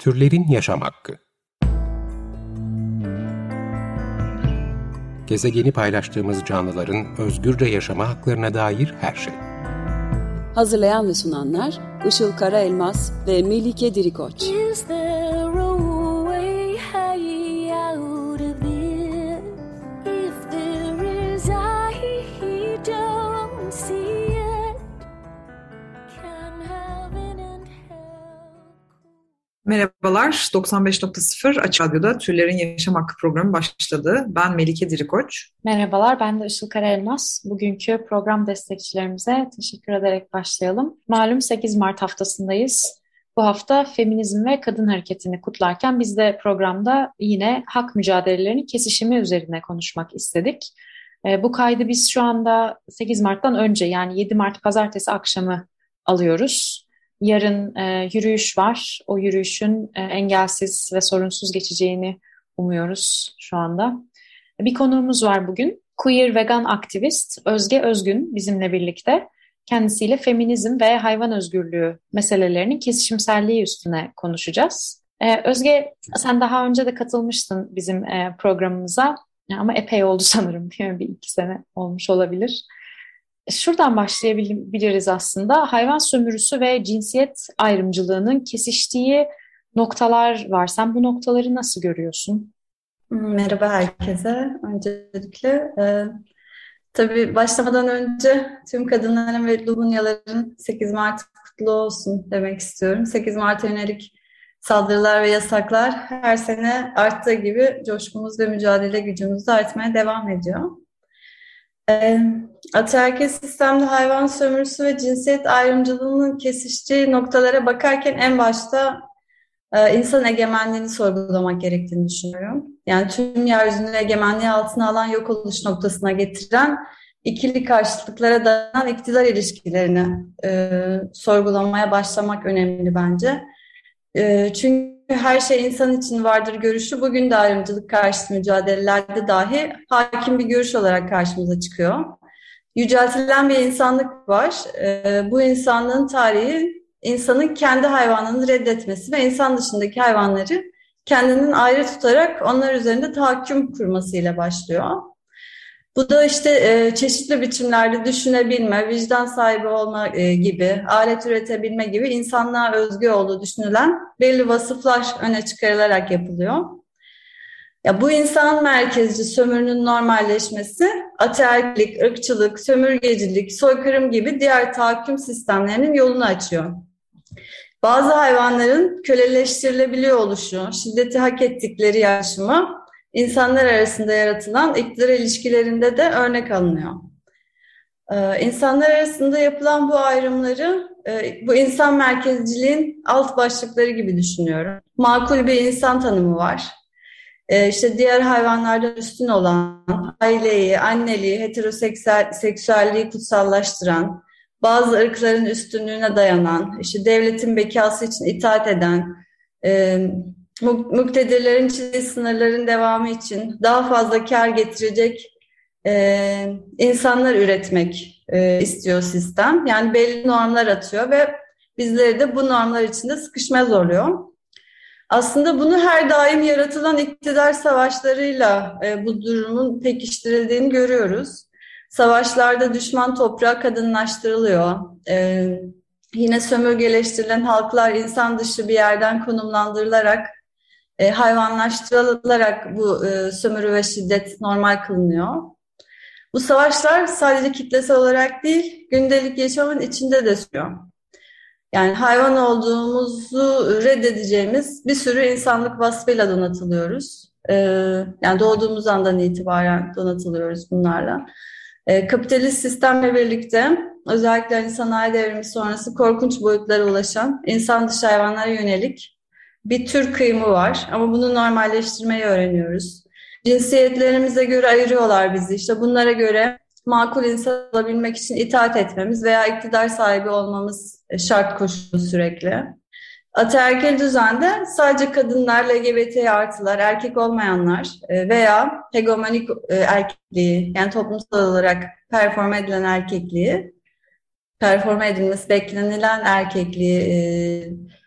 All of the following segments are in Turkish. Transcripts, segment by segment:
Türlerin yaşam hakkı. Gezegeni paylaştığımız canlıların özgürce yaşama haklarına dair her şey. Hazırlayan ve sunanlar Işıl Karaelmaz ve Melike Dirikoç. Merhabalar, 95.0 Açık Radyo'da Türlerin Yaşam Hakkı programı başladı. Ben Melike Dirikoç. Merhabalar, ben de Işıl Karaelmaz. Bugünkü program destekçilerimize teşekkür ederek başlayalım. Malum 8 Mart haftasındayız. Bu hafta feminizm ve kadın hareketini kutlarken biz de programda yine hak mücadelelerinin kesişimi üzerine konuşmak istedik. Bu kaydı biz şu anda 8 Mart'tan önce yani 7 Mart pazartesi akşamı alıyoruz. Yarın yürüyüş var. O yürüyüşün engelsiz ve sorunsuz geçeceğini umuyoruz şu anda. Bir konuğumuz var bugün. Queer vegan aktivist Özge Özgün bizimle birlikte. Kendisiyle feminizm ve hayvan özgürlüğü meselelerinin kesişimselliği üstüne konuşacağız. Özge, sen daha önce de katılmıştın bizim programımıza ama epey oldu sanırım, değil mi? Bir 2 sene olmuş olabilir. Şuradan başlayabiliriz aslında. Hayvan sömürüsü ve cinsiyet ayrımcılığının kesiştiği noktalar var. Sen bu noktaları nasıl görüyorsun? Merhaba herkese. Öncelikle tabii başlamadan önce tüm kadınların ve Lubunyaların 8 Mart kutlu olsun demek istiyorum. 8 Mart'a yönelik saldırılar ve yasaklar her sene arttığı gibi coşkumuz ve mücadele gücümüz de artmaya devam ediyor. Ataerkil sistemde hayvan sömürüsü ve cinsiyet ayrımcılığının kesiştiği noktalara bakarken en başta insan egemenliğini sorgulamak gerektiğini düşünüyorum. Yani tüm yeryüzünü egemenliği altına alan yok oluş noktasına getiren ikili karşıtlıklara dayanan iktidar ilişkilerini sorgulamaya başlamak önemli bence. Çünkü her şey insan için vardır görüşü bugün de ayrımcılık karşıtı mücadelelerde dahi hakim bir görüş olarak karşımıza çıkıyor. Yüceltilen bir insanlık var. Bu insanlığın tarihi insanın kendi hayvanını reddetmesi ve insan dışındaki hayvanları kendinden ayrı tutarak onlar üzerinde tahakküm kurmasıyla başlıyor. Bu da işte çeşitli biçimlerde düşünebilme, vicdan sahibi olma gibi, alet üretebilme gibi insanlığa özgü olduğu düşünülen belli vasıflar öne çıkarılarak yapılıyor. Ya bu insan merkezci sömürünün normalleşmesi, ataerkillik, ırkçılık, sömürgecilik, soykırım gibi diğer tahakküm sistemlerinin yolunu açıyor. Bazı hayvanların köleleştirilebiliyor oluşu, şiddeti hak ettikleri yaşamı, İnsanlar arasında yaratılan iktidar ilişkilerinde de örnek alınıyor. İnsanlar arasında yapılan bu ayrımları bu insan merkezciliğin alt başlıkları gibi düşünüyorum. Makul bir insan tanımı var. İşte diğer hayvanlardan üstün olan, aileyi, anneliği, heteroseksüelliği kutsallaştıran, bazı ırkların üstünlüğüne dayanan, işte devletin bekası için itaat eden, muktedirlerin çizdiği sınırların devamı için daha fazla kar getirecek insanlar üretmek istiyor sistem. Yani belli normlar atıyor ve bizleri de bu normlar içinde sıkışmaya zorluyor. Aslında bunu her daim yaratılan iktidar savaşlarıyla bu durumun pekiştirildiğini görüyoruz. Savaşlarda düşman toprağı kadınlaştırılıyor. Yine sömürgeleştirilen halklar insan dışı bir yerden konumlandırılarak hayvanlaştırılarak bu sömürü ve şiddet normal kılınıyor. Bu savaşlar sadece kitlesel olarak değil, gündelik yaşamın içinde de sürüyor. Yani hayvan olduğumuzu reddedeceğimiz bir sürü insanlık vasfıyla donatılıyoruz. Yani doğduğumuz andan itibaren donatılıyoruz bunlarla. Kapitalist sistemle birlikte özellikle sanayi devrimi sonrası korkunç boyutlara ulaşan insan dışı hayvanlara yönelik bir tür kıyımı var ama bunu normalleştirmeyi öğreniyoruz. Cinsiyetlerimize göre ayırıyorlar bizi. İşte bunlara göre makul insan olabilmek için itaat etmemiz veya iktidar sahibi olmamız şart koşulu sürekli. Ataerkil düzende sadece kadınlar, LGBT artılar, erkek olmayanlar veya hegemonik erkekliği yani toplumsal olarak performe edilen erkekliği, performe edilmesi beklenilen erkekliği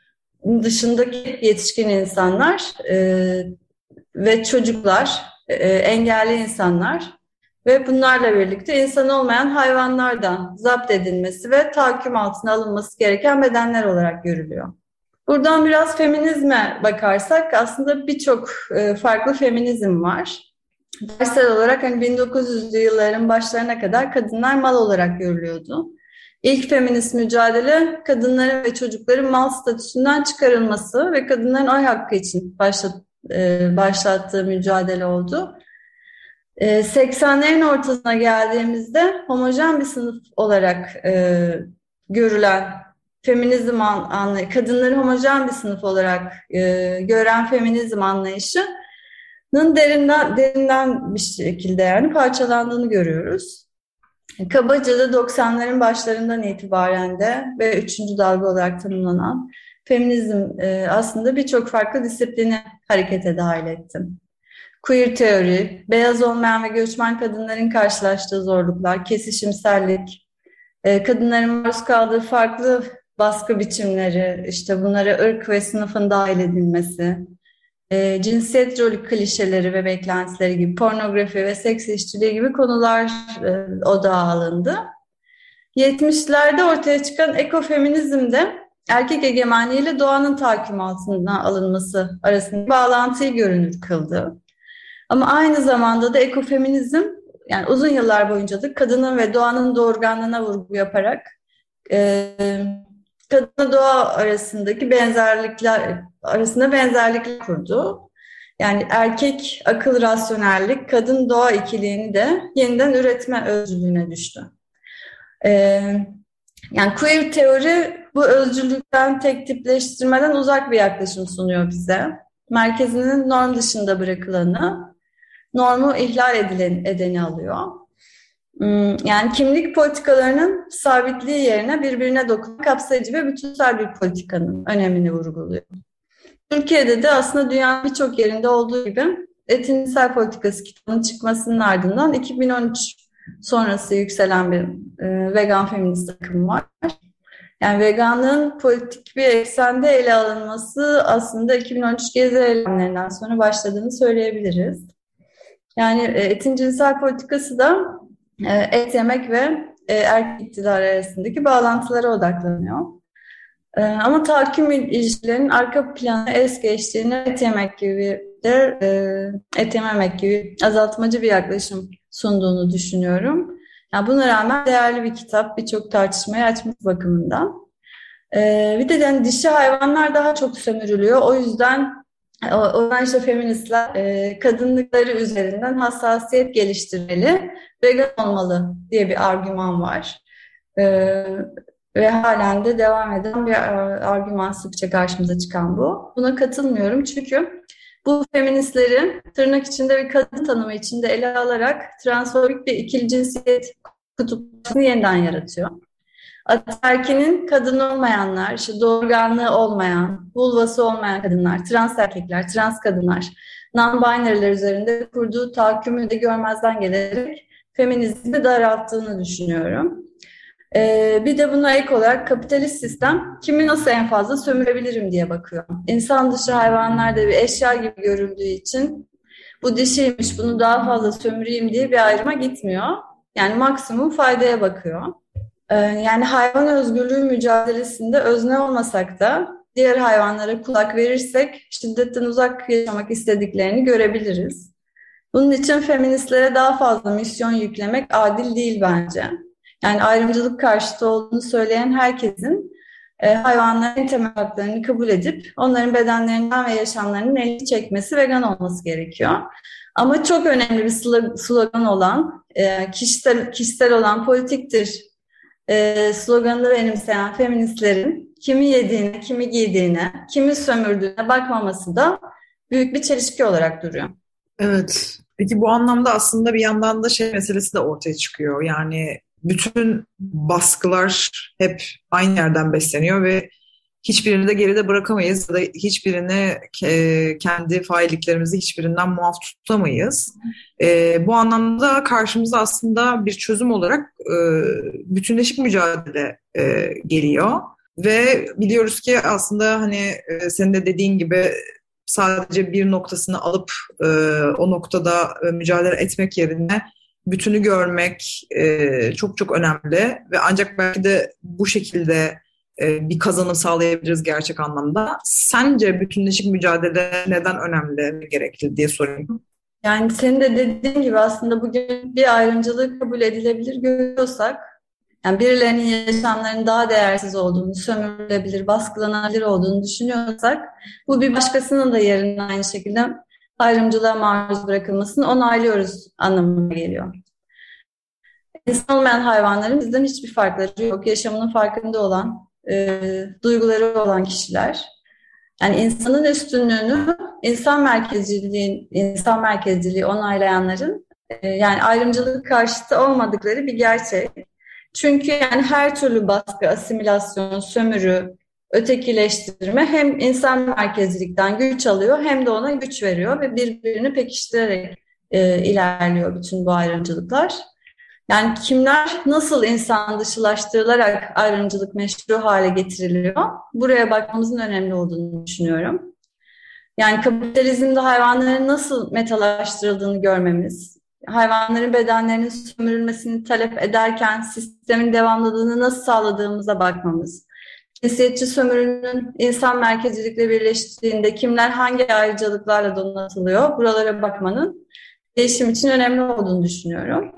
dışındaki yetişkin insanlar ve çocuklar, engelli insanlar ve bunlarla birlikte insan olmayan hayvanlardan zapt edilmesi ve tahakküm altına alınması gereken bedenler olarak görülüyor. Buradan biraz feminizme bakarsak aslında birçok farklı feminizm var. Dersel olarak 1900'lü yılların başlarına kadar kadınlar mal olarak görülüyordu. İlk feminist mücadele kadınların ve çocukların mal statüsünden çıkarılması ve kadınların oy hakkı için başlattığı mücadele oldu. 80'lerin ortasına geldiğimizde homojen bir sınıf olarak görülen feminizm anlayışı, kadınları homojen bir sınıf olarak gören feminizm anlayışının derinden bir şekilde yani parçalandığını görüyoruz. Kabaca da 90'ların başlarından itibaren de ve 3. dalga olarak tanımlanan feminizm aslında birçok farklı disiplini harekete dahil etti. Queer teori, beyaz olmayan ve göçmen kadınların karşılaştığı zorluklar, kesişimsellik, kadınların maruz kaldığı farklı baskı biçimleri, işte bunlara ırk ve sınıfın dahil edilmesi, cinsiyet rolü klişeleri ve beklentileri gibi pornografi ve seks işçiliği gibi konular odağa alındı. 70'lerde ortaya çıkan ekofeminizmde erkek egemenliğiyle doğanın tahakküm altına alınması arasında bağlantıyı görünür kıldı. Ama aynı zamanda da ekofeminizm yani uzun yıllar boyunca da kadının ve doğanın doğurganlığına vurgu yaparak kadınla doğa arasındaki benzerlikler kurdu. Yani erkek akıl rasyonellik, kadın doğa ikiliğini de yeniden üretme özcülüğüne düştü. Yani queer teori bu özcülükten, tek tipleştirmeden uzak bir yaklaşım sunuyor bize. Merkezinin norm dışında bırakılanı, normu ihlal edeni alıyor. Yani kimlik politikalarının sabitliği yerine birbirine dokunan kapsayıcı ve bütünsel bir politikanın önemini vurguluyor. Türkiye'de de aslında dünyanın birçok yerinde olduğu gibi Etniksel Politikası kitabının çıkmasının ardından 2013 sonrası yükselen bir vegan feminist akım var. Yani veganlığın politik bir eksende ele alınması aslında 2013 Gezi eylemlerinden sonra başladığını söyleyebiliriz. Yani etin cinsel politikası da et yemek ve erkek iktidar arasındaki bağlantılara odaklanıyor. Ama tahakküm ilişkilerinin arka planı es geçtiğini et yememek gibi azaltmacı bir yaklaşım sunduğunu düşünüyorum. Yani buna rağmen değerli bir kitap, birçok tartışmayı açmış bakımından. Bir de yani dişi hayvanlar daha çok sömürülüyor. O yüzden işte feministler kadınlıkları üzerinden hassasiyet geliştirmeli, vegan olmalı diye bir argüman var. Ve halen de devam eden bir argüman, sıkça karşımıza çıkan bu. Buna katılmıyorum çünkü bu feministlerin tırnak içinde bir kadın tanımı içinde ele alarak transfobik bir ikili cinsiyet kutuplaşmasını yeniden yaratıyor. Ataerkinin kadın olmayanlar, işte doğurganlığı olmayan, vulvası olmayan kadınlar, trans erkekler, trans kadınlar, non-binary'ler üzerinde kurduğu tahakkümü de görmezden gelerek feminizmi daralttığını düşünüyorum. Bir de buna ek olarak kapitalist sistem kimi nasıl en fazla sömürebilirim diye bakıyor. İnsan dışı hayvanlar da bir eşya gibi görüldüğü için bu dişiymiş, bunu daha fazla sömüreyim diye bir ayrıma gitmiyor. Yani maksimum faydaya bakıyor. Yani hayvan özgürlüğü mücadelesinde özne olmasak da diğer hayvanlara kulak verirsek şiddetten uzak yaşamak istediklerini görebiliriz. Bunun için feministlere daha fazla misyon yüklemek adil değil bence. Yani ayrımcılık karşıtı olduğunu söyleyen herkesin hayvanların temel haklarını kabul edip onların bedenlerinden ve yaşamlarının elini çekmesi, vegan olması gerekiyor. Ama çok önemli bir slogan olan, kişisel olan politiktir sloganını benimseyen feministlerin kimi yediğine, kimi giydiğine, kimi sömürdüğüne bakmaması da büyük bir çelişki olarak duruyor. Evet. Peki bu anlamda aslında bir yandan da meselesi de ortaya çıkıyor. Yani bütün baskılar hep aynı yerden besleniyor ve hiçbirini de geride bırakamayız ya da hiçbirini kendi failliklerimizi hiçbirinden muaf tutamayız. Bu anlamda karşımıza aslında bir çözüm olarak bütünleşik mücadele geliyor. Ve biliyoruz ki aslında hani senin de dediğin gibi sadece bir noktasını alıp o noktada mücadele etmek yerine bütünü görmek çok çok önemli ve ancak belki de bu şekilde bir kazanım sağlayabiliriz gerçek anlamda. Sence bütünleşik mücadele neden önemli ve gerekli diye sorayım. Yani senin de dediğin gibi aslında bugün bir ayrımcılığı kabul edilebilir görüyorsak, yani birilerinin yaşamlarının daha değersiz olduğunu, sömürülebilir, baskılanabilir olduğunu düşünüyorsak, bu bir başkasının da yarının aynı şekilde ayrımcılığa maruz bırakılmasını onaylıyoruz anlamına geliyor. İnsan olmayan hayvanların bizden hiçbir farkları yok. Yaşamının farkında olan, duyguları olan kişiler. Yani insanın üstünlüğünü, insan merkezciliği onaylayanların yani ayrımcılık karşıtı olmadıkları bir gerçek. Çünkü yani her türlü baskı, asimilasyon, sömürü, ötekileştirme hem insan merkezcilikten güç alıyor hem de ona güç veriyor ve birbirini pekiştirerek ilerliyor bütün bu ayrımcılıklar. Yani kimler nasıl insan dışılaştırılarak ayrımcılık meşru hale getiriliyor? Buraya bakmamızın önemli olduğunu düşünüyorum. Yani kapitalizmde hayvanların nasıl metalaştırıldığını görmemiz, hayvanların bedenlerinin sömürülmesini talep ederken sistemin devamlılığını nasıl sağladığımıza bakmamız, cinsiyetçi sömürünün insan merkezcilikle birleştiğinde kimler hangi ayrıcalıklarla donatılıyor, buralara bakmanın değişim için önemli olduğunu düşünüyorum.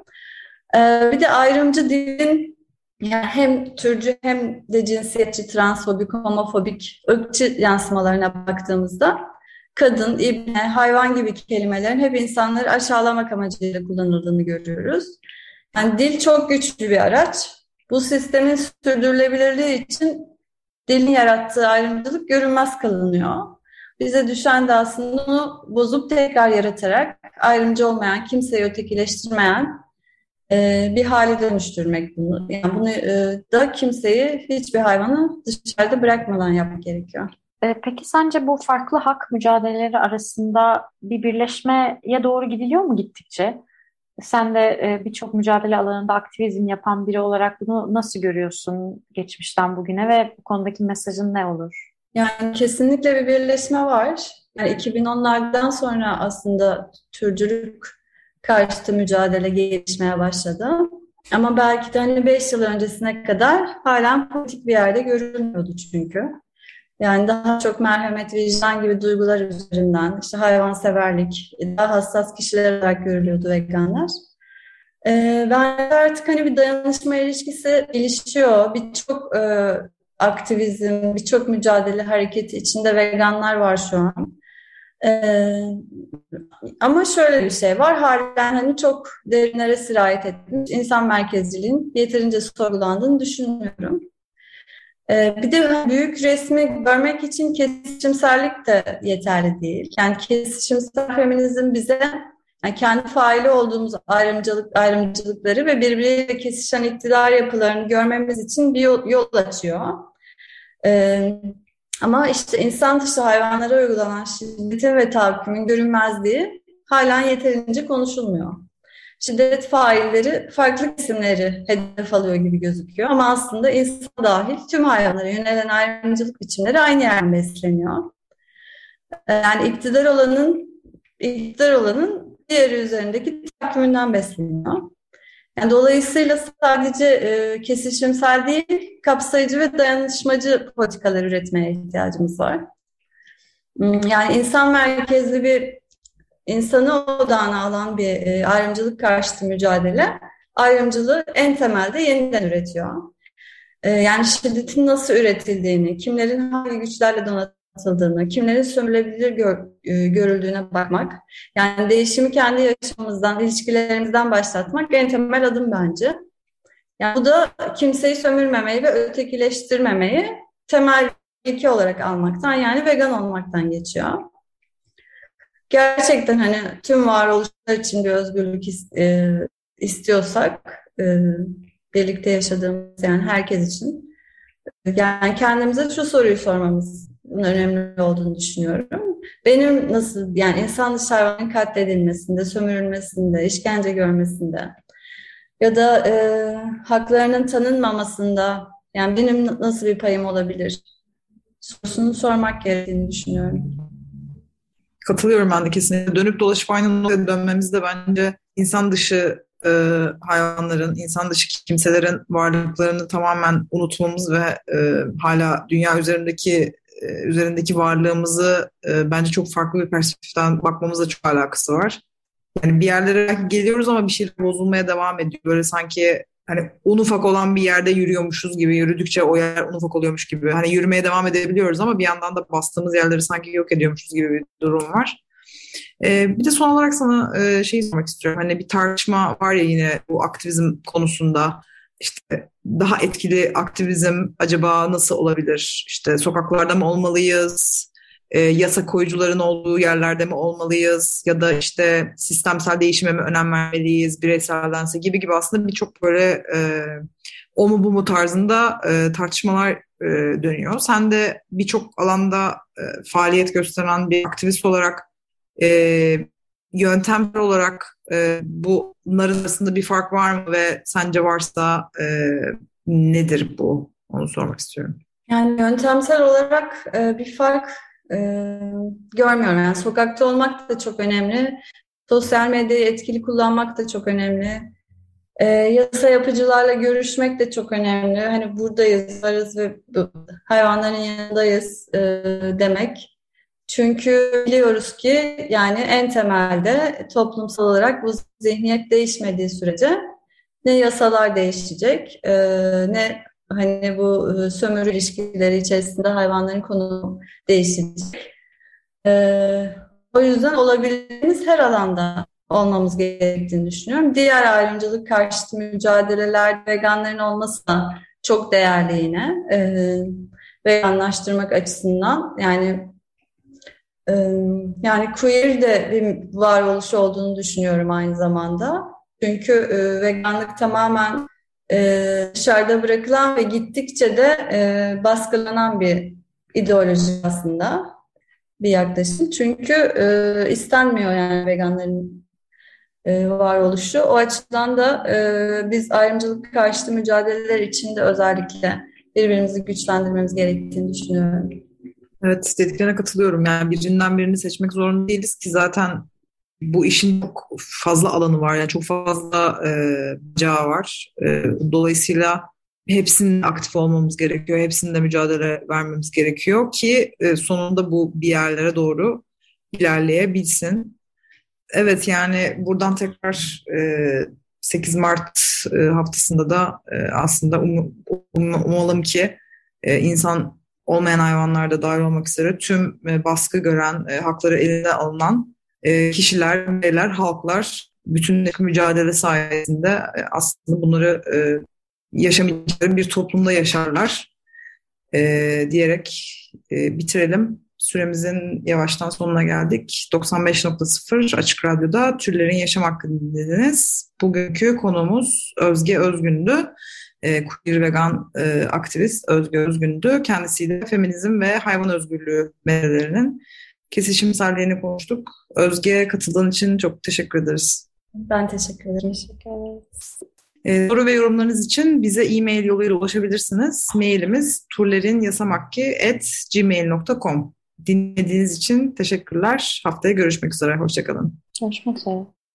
Bir de ayrımcı dilin yani hem türcü hem de cinsiyetçi, transfobik, homofobik, ırkçı yansımalarına baktığımızda kadın, ibne, hayvan gibi kelimelerin hep insanları aşağılamak amacıyla kullanıldığını görüyoruz. Yani dil çok güçlü bir araç. Bu sistemin sürdürülebilirliği için dilin yarattığı ayrımcılık görünmez kılınıyor. Bize düşen de aslında onu bozup tekrar yaratarak ayrımcı olmayan, kimseyi ötekileştirmeyen bir hale dönüştürmek bunu. Yani bunu da kimseyi, hiçbir hayvanı dışarıda bırakmadan yapmak gerekiyor. Peki sence bu farklı hak mücadeleleri arasında bir birleşmeye doğru gidiliyor mu gittikçe? Sen de birçok mücadele alanında aktivizm yapan biri olarak bunu nasıl görüyorsun geçmişten bugüne ve bu konudaki mesajın ne olur? Yani kesinlikle bir birleşme var. Yani 2010'lardan sonra aslında türcülük karşıtı mücadele gelişmeye başladı. Ama belki de hani 5 yıl öncesine kadar halen politik bir yerde görülmüyordu çünkü. Yani daha çok merhamet, vicdan gibi duygular üzerinden, işte hayvanseverlik, daha hassas kişiler olarak görülüyordu veganlar. Bence artık hani bir dayanışma ilişkisi gelişiyor. Birçok aktivizm, birçok mücadele hareketi içinde veganlar var şu an. Ama şöyle bir şey var, halen hani çok derinlere sirayet etmiş insan merkezciliğin yeterince sorgulandığını düşünmüyorum. Bir de büyük resmi görmek için kesişimsellik de yeterli değil. Yani kesişimsel feminizm bize yani kendi faili olduğumuz ayrımcılıkları ve birbiriyle kesişen iktidar yapılarını görmemiz için bir yol açıyor. Ama işte insan dışı hayvanlara uygulanan şiddetin ve tahakkümün görünmezliği halen yeterince konuşulmuyor. Şiddet failleri farklı isimleri hedef alıyor gibi gözüküyor ama aslında insan dahil tüm hayvanlara yönelen ayrımcılık biçimleri aynı yerden besleniyor. Yani iktidar olanın diğeri üzerindeki tahakkümünden besleniyor. Yani dolayısıyla sadece kesişimsel değil, kapsayıcı ve dayanışmacı politikalar üretmeye ihtiyacımız var. Yani insan merkezli bir insanı odağına alan bir ayrımcılık karşıtı mücadele, ayrımcılığı en temelde yeniden üretiyor. Yani şiddetin nasıl üretildiğini, kimlerin hangi güçlerle donatıldığını, kimlerin sömürülebilir görüldüğüne bakmak, yani değişimi kendi yaşamımızdan, ilişkilerimizden başlatmak en temel adım bence. Yani bu da kimseyi sömürmemeyi ve ötekileştirmemeyi temel ilke olarak almaktan, yani vegan olmaktan geçiyor. Gerçekten hani tüm varoluşlar için bir özgürlük istiyorsak, birlikte yaşadığımız yani herkes için, yani kendimize şu soruyu sormamızın önemli olduğunu düşünüyorum. Benim nasıl, yani insan dışı hayvanın katledilmesinde, sömürülmesinde, işkence görmesinde ya da haklarının tanınmamasında, Yani benim nasıl bir payım olabilir sorusunu sormak gerektiğini düşünüyorum. Katılıyorum ben de kesinlikle. Dönüp dolaşıp aynı noktaya dönmemiz de bence insan dışı hayvanların, insan dışı kimselerin varlıklarını tamamen unutmamız ve hala dünya üzerindeki varlığımızı bence çok farklı bir perspektiften bakmamızla çok alakası var. Yani bir yerlere geliyoruz ama bir şeyler bozulmaya devam ediyor. Böyle sanki hani un ufak olan bir yerde yürüyormuşuz gibi, yürüdükçe o yer un ufak oluyormuş gibi. Hani yürümeye devam edebiliyoruz ama bir yandan da bastığımız yerleri sanki yok ediyormuşuz gibi bir durum var. Bir de son olarak sana şeyi sormak istiyorum. Hani bir tartışma var ya yine bu aktivizm konusunda. İşte daha etkili aktivizm acaba nasıl olabilir? İşte sokaklarda mı olmalıyız? Yasa koyucuların olduğu yerlerde mi olmalıyız? Ya da işte sistemsel değişime mi önem vermeliyiz? Bireyseldense gibi aslında birçok böyle o mu bu mu tarzında tartışmalar dönüyor. Sen de birçok alanda faaliyet gösteren bir aktivist olarak yöntemler olarak bunların arasında bir fark var mı ve sence varsa nedir bu? Onu sormak istiyorum. Yani yöntemsel olarak bir fark görmüyorum. Yani sokakta olmak da çok önemli. Sosyal medyayı etkili kullanmak da çok önemli. Yasa yapıcılarla görüşmek de çok önemli. Hani buradayız, varız ve hayvanların yanındayız demek. Çünkü biliyoruz ki yani en temelde toplumsal olarak bu zihniyet değişmediği sürece ne yasalar değişecek, ne hani bu sömürü ilişkileri içerisinde hayvanların konumu değişecek. O yüzden olabildiğimiz her alanda olmamız gerektiğini düşünüyorum. Diğer ayrımcılık karşıtı mücadeleler, veganların olması da çok değerli yine. Veganlaştırmak açısından yani queer de bir varoluş olduğunu düşünüyorum aynı zamanda. Çünkü veganlık tamamen dışarıda bırakılan ve gittikçe de baskılanan bir ideoloji aslında, bir yaklaşım. Çünkü istenmiyor yani veganların varoluşu. O açıdan da biz ayrımcılık karşıtı mücadeleler içinde özellikle birbirimizi güçlendirmemiz gerektiğini düşünüyorum. Evet, dediklerine katılıyorum. Yani birinden birini seçmek zorunda değiliz ki zaten bu işin çok fazla alanı var. Yani çok fazla bacağı var. Dolayısıyla hepsinin aktif olmamız gerekiyor. Hepsinde mücadele vermemiz gerekiyor ki sonunda bu bir yerlere doğru ilerleyebilsin. Evet yani buradan tekrar 8 Mart haftasında da aslında umalım ki insan olmayan hayvanlar da dahil olmak üzere tüm baskı gören, hakları eline alınan kişiler, bireyler, halklar bütün mücadele sayesinde aslında bunları yaşamayacakları bir toplumda yaşarlar diyerek bitirelim. Süremizin yavaştan sonuna geldik. 95.0 Açık Radyo'da Türlerin Yaşam Hakkı dinlediniz. Bugünkü konuğumuz Özge Özgün'dü. Queer vegan aktivist Özge Özgün'dü. Kendisiyle feminizm ve hayvan özgürlüğü meselelerinin kesişimselliğini konuştuk. Özge, katıldığın için çok teşekkür ederiz. Ben teşekkür ederim. Teşekkür ederiz. Soru ve yorumlarınız için bize e-mail yoluyla ulaşabilirsiniz. Mailimiz turlerinyasamakki@gmail.com. Dinlediğiniz için teşekkürler. Haftaya görüşmek üzere. Hoşça kalın. Görüşmek üzere.